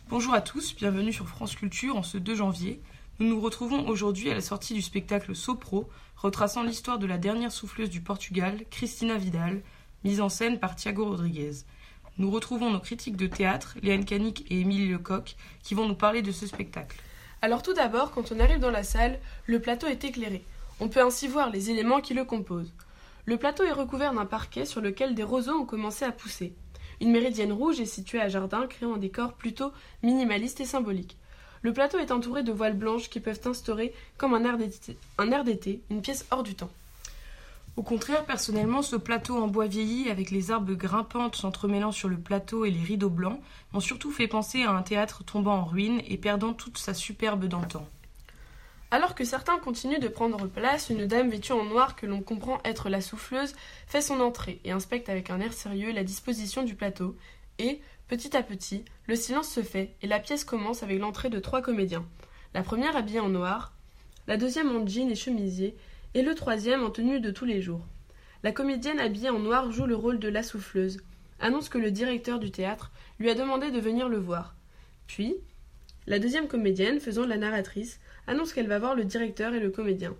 Bonjour à tous, bienvenue sur France Culture en ce 2 janvier. Nous nous retrouvons aujourd'hui à la sortie du spectacle Sopro, retraçant l'histoire de la dernière souffleuse du Portugal, Cristina Vidal, mise en scène par Tiago Rodrigues. Nous retrouvons nos critiques de théâtre, Léane Canic et Émilie Lecoq, qui vont nous parler de ce spectacle. Alors tout d'abord, quand on arrive dans la salle, le plateau est éclairé. On peut ainsi voir les éléments qui le composent. Le plateau est recouvert d'un parquet sur lequel des roseaux ont commencé à pousser. Une méridienne rouge est située à jardin, créant un décor plutôt minimaliste et symbolique. Le plateau est entouré de voiles blanches qui peuvent instaurer comme un air d'été, une pièce hors du temps. Au contraire, personnellement, ce plateau en bois vieilli avec les arbres grimpantes s'entremêlant sur le plateau et les rideaux blancs m'ont surtout fait penser à un théâtre tombant en ruine et perdant toute sa superbe d'antan. Alors que certains continuent de prendre place, une dame vêtue en noir que l'on comprend être la souffleuse fait son entrée et inspecte avec un air sérieux la disposition du plateau et, petit à petit, le silence se fait et la pièce commence avec l'entrée de 3 comédiens. La première habillée en noir, la deuxième en jean et chemisier et le troisième en tenue de tous les jours. La comédienne habillée en noir joue le rôle de la souffleuse, annonce que le directeur du théâtre lui a demandé de venir le voir. Puis, la deuxième comédienne, faisant la narratrice, annonce qu'elle va voir le directeur et le comédien.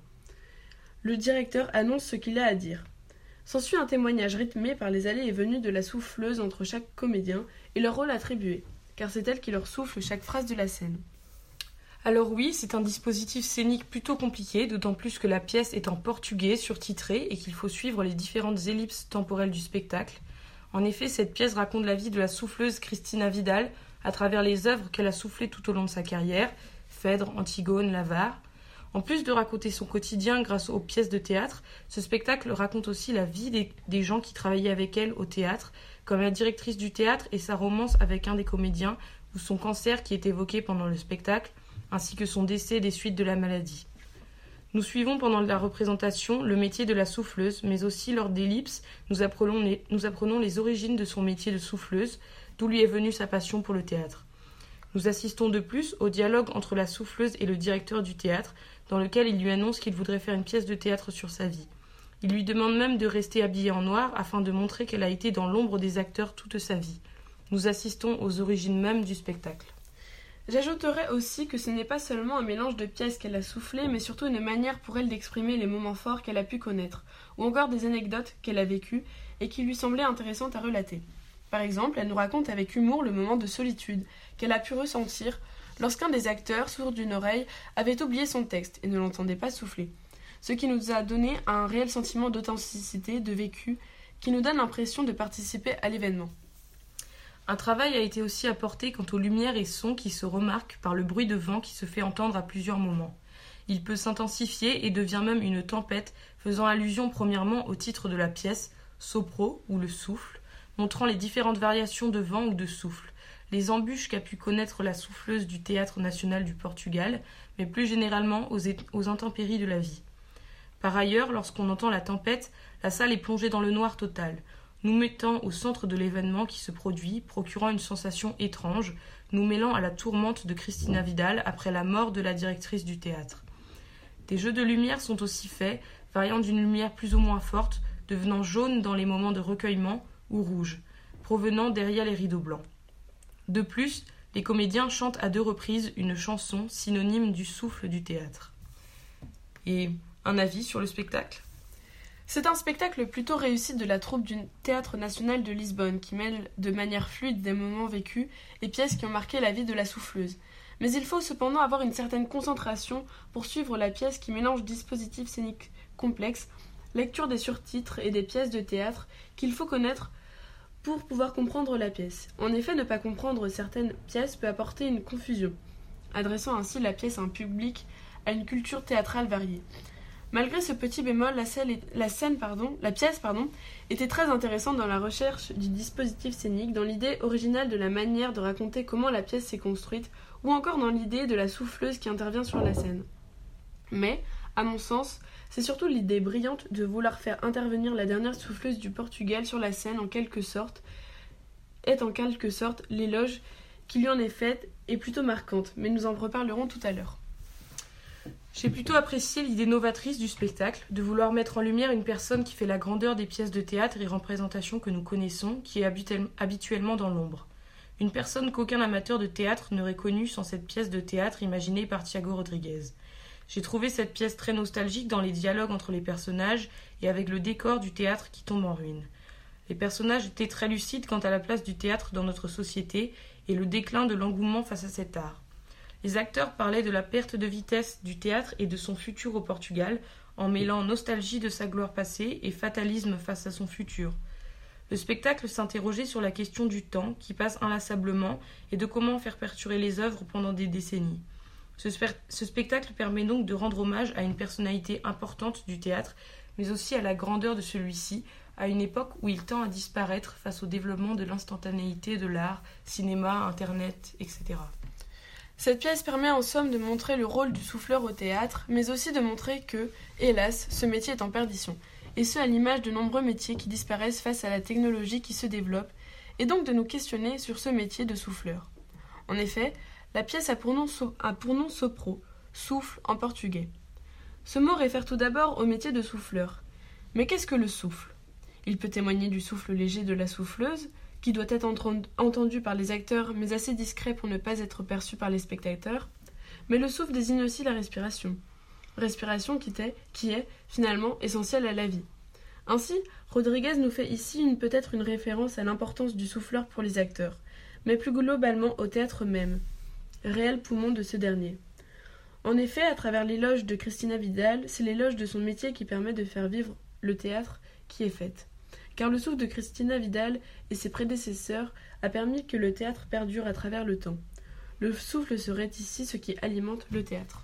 Le directeur annonce ce qu'il a à dire. S'ensuit un témoignage rythmé par les allées et venues de la souffleuse entre chaque comédien et leur rôle attribué, car c'est elle qui leur souffle chaque phrase de la scène. Alors oui, c'est un dispositif scénique plutôt compliqué, d'autant plus que la pièce est en portugais surtitrée et qu'il faut suivre les différentes ellipses temporelles du spectacle. En effet, cette pièce raconte la vie de la souffleuse Cristina Vidal à travers les œuvres qu'elle a soufflées tout au long de sa carrière, Phèdre, Antigone, l'Avare. En plus de raconter son quotidien grâce aux pièces de théâtre, ce spectacle raconte aussi la vie des gens qui travaillaient avec elle au théâtre, comme la directrice du théâtre et sa romance avec un des comédiens, ou son cancer qui est évoqué pendant le spectacle, ainsi que son décès des suites de la maladie. Nous suivons pendant la représentation le métier de la souffleuse, mais aussi lors d'ellipses, nous apprenons les origines de son métier de souffleuse, d'où lui est venue sa passion pour le théâtre. Nous assistons de plus au dialogue entre la souffleuse et le directeur du théâtre, dans lequel il lui annonce qu'il voudrait faire une pièce de théâtre sur sa vie. Il lui demande même de rester habillée en noir afin de montrer qu'elle a été dans l'ombre des acteurs toute sa vie. Nous assistons aux origines mêmes du spectacle. J'ajouterais aussi que ce n'est pas seulement un mélange de pièces qu'elle a soufflées, mais surtout une manière pour elle d'exprimer les moments forts qu'elle a pu connaître, ou encore des anecdotes qu'elle a vécues et qui lui semblaient intéressantes à relater. Par exemple, elle nous raconte avec humour le moment de solitude qu'elle a pu ressentir lorsqu'un des acteurs, sourd d'une oreille, avait oublié son texte et ne l'entendait pas souffler. Ce qui nous a donné un réel sentiment d'authenticité, de vécu, qui nous donne l'impression de participer à l'événement. Un travail a été aussi apporté quant aux lumières et sons qui se remarquent par le bruit de vent qui se fait entendre à plusieurs moments. Il peut s'intensifier et devient même une tempête, faisant allusion premièrement au titre de la pièce, Sopro ou le souffle, montrant les différentes variations de vent ou de souffle, les embûches qu'a pu connaître la souffleuse du Théâtre national du Portugal, mais plus généralement aux intempéries de la vie. Par ailleurs, lorsqu'on entend la tempête, la salle est plongée dans le noir total, nous mettant au centre de l'événement qui se produit, procurant une sensation étrange, nous mêlant à la tourmente de Cristina Vidal après la mort de la directrice du théâtre. Des jeux de lumière sont aussi faits, variant d'une lumière plus ou moins forte, devenant jaune dans les moments de recueillement, ou rouge, provenant derrière les rideaux blancs. De plus, les comédiens chantent à 2 reprises une chanson synonyme du souffle du théâtre. Et un avis sur le spectacle ? C'est un spectacle plutôt réussi de la troupe du Théâtre national de Lisbonne qui mêle de manière fluide des moments vécus et pièces qui ont marqué la vie de la souffleuse. Mais il faut cependant avoir une certaine concentration pour suivre la pièce qui mélange dispositifs scéniques complexes, lecture des surtitres et des pièces de théâtre qu'il faut connaître pour pouvoir comprendre la pièce. En effet, ne pas comprendre certaines pièces peut apporter une confusion, adressant ainsi la pièce à un public à une culture théâtrale variée. Malgré ce petit bémol, la pièce était très intéressante dans la recherche du dispositif scénique, dans l'idée originale de la manière de raconter comment la pièce s'est construite, ou encore dans l'idée de la souffleuse qui intervient sur la scène. Mais, à mon sens, c'est surtout l'idée brillante de vouloir faire intervenir la dernière souffleuse du Portugal sur la scène en quelque sorte l'éloge qui lui en est faite est plutôt marquante, mais nous en reparlerons tout à l'heure. J'ai plutôt apprécié l'idée novatrice du spectacle, de vouloir mettre en lumière une personne qui fait la grandeur des pièces de théâtre et représentations que nous connaissons, qui est habituellement dans l'ombre. Une personne qu'aucun amateur de théâtre n'aurait connue sans cette pièce de théâtre imaginée par Thiago Rodriguez. J'ai trouvé cette pièce très nostalgique dans les dialogues entre les personnages et avec le décor du théâtre qui tombe en ruine. Les personnages étaient très lucides quant à la place du théâtre dans notre société et le déclin de l'engouement face à cet art. Les acteurs parlaient de la perte de vitesse du théâtre et de son futur au Portugal, en mêlant nostalgie de sa gloire passée et fatalisme face à son futur. Le spectacle s'interrogeait sur la question du temps qui passe inlassablement et de comment faire perdurer les œuvres pendant des décennies. Ce spectacle permet donc de rendre hommage à une personnalité importante du théâtre, mais aussi à la grandeur de celui-ci, à une époque où il tend à disparaître face au développement de l'instantanéité de l'art, cinéma, internet, etc. Cette pièce permet en somme de montrer le rôle du souffleur au théâtre, mais aussi de montrer que, hélas, ce métier est en perdition, et ce à l'image de nombreux métiers qui disparaissent face à la technologie qui se développe, et donc de nous questionner sur ce métier de souffleur. En effet, la pièce a pour nom sopro, souffle en portugais. Ce mot réfère tout d'abord au métier de souffleur. Mais qu'est-ce que le souffle ? Il peut témoigner du souffle léger de la souffleuse, qui doit être entendu par les acteurs mais assez discret pour ne pas être perçu par les spectateurs. Mais le souffle désigne aussi la respiration. Respiration qui est finalement essentielle à la vie. Ainsi, Rodriguez nous fait ici peut-être une référence à l'importance du souffleur pour les acteurs, mais plus globalement au théâtre même, réel poumon de ce dernier. En effet, à travers l'éloge de Cristina Vidal, c'est l'éloge de son métier qui permet de faire vivre le théâtre qui est faite. Car le souffle de Cristina Vidal et ses prédécesseurs a permis que le théâtre perdure à travers le temps. Le souffle serait ici ce qui alimente le théâtre.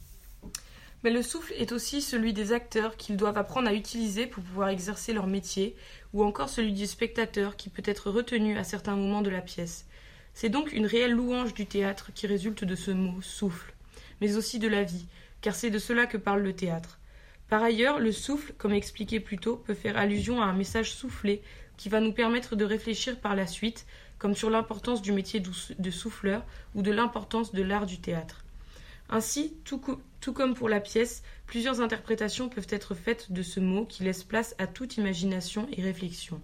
Mais le souffle est aussi celui des acteurs qu'ils doivent apprendre à utiliser pour pouvoir exercer leur métier, ou encore celui du spectateur qui peut être retenu à certains moments de la pièce. C'est donc une réelle louange du théâtre qui résulte de ce mot « souffle », mais aussi de la vie, car c'est de cela que parle le théâtre. Par ailleurs, le souffle, comme expliqué plus tôt, peut faire allusion à un message soufflé qui va nous permettre de réfléchir par la suite, comme sur l'importance du métier de souffleur ou de l'importance de l'art du théâtre. Ainsi, tout comme pour la pièce, plusieurs interprétations peuvent être faites de ce mot qui laisse place à toute imagination et réflexion.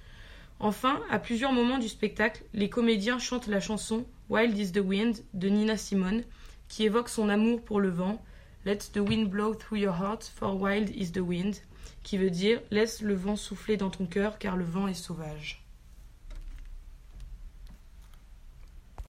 Enfin, à plusieurs moments du spectacle, les comédiens chantent la chanson « Wild is the Wind » de Nina Simone, qui évoque son amour pour le vent, « Let the wind blow through your heart, for wild is the wind », qui veut dire « Laisse le vent souffler dans ton cœur, car le vent est sauvage ».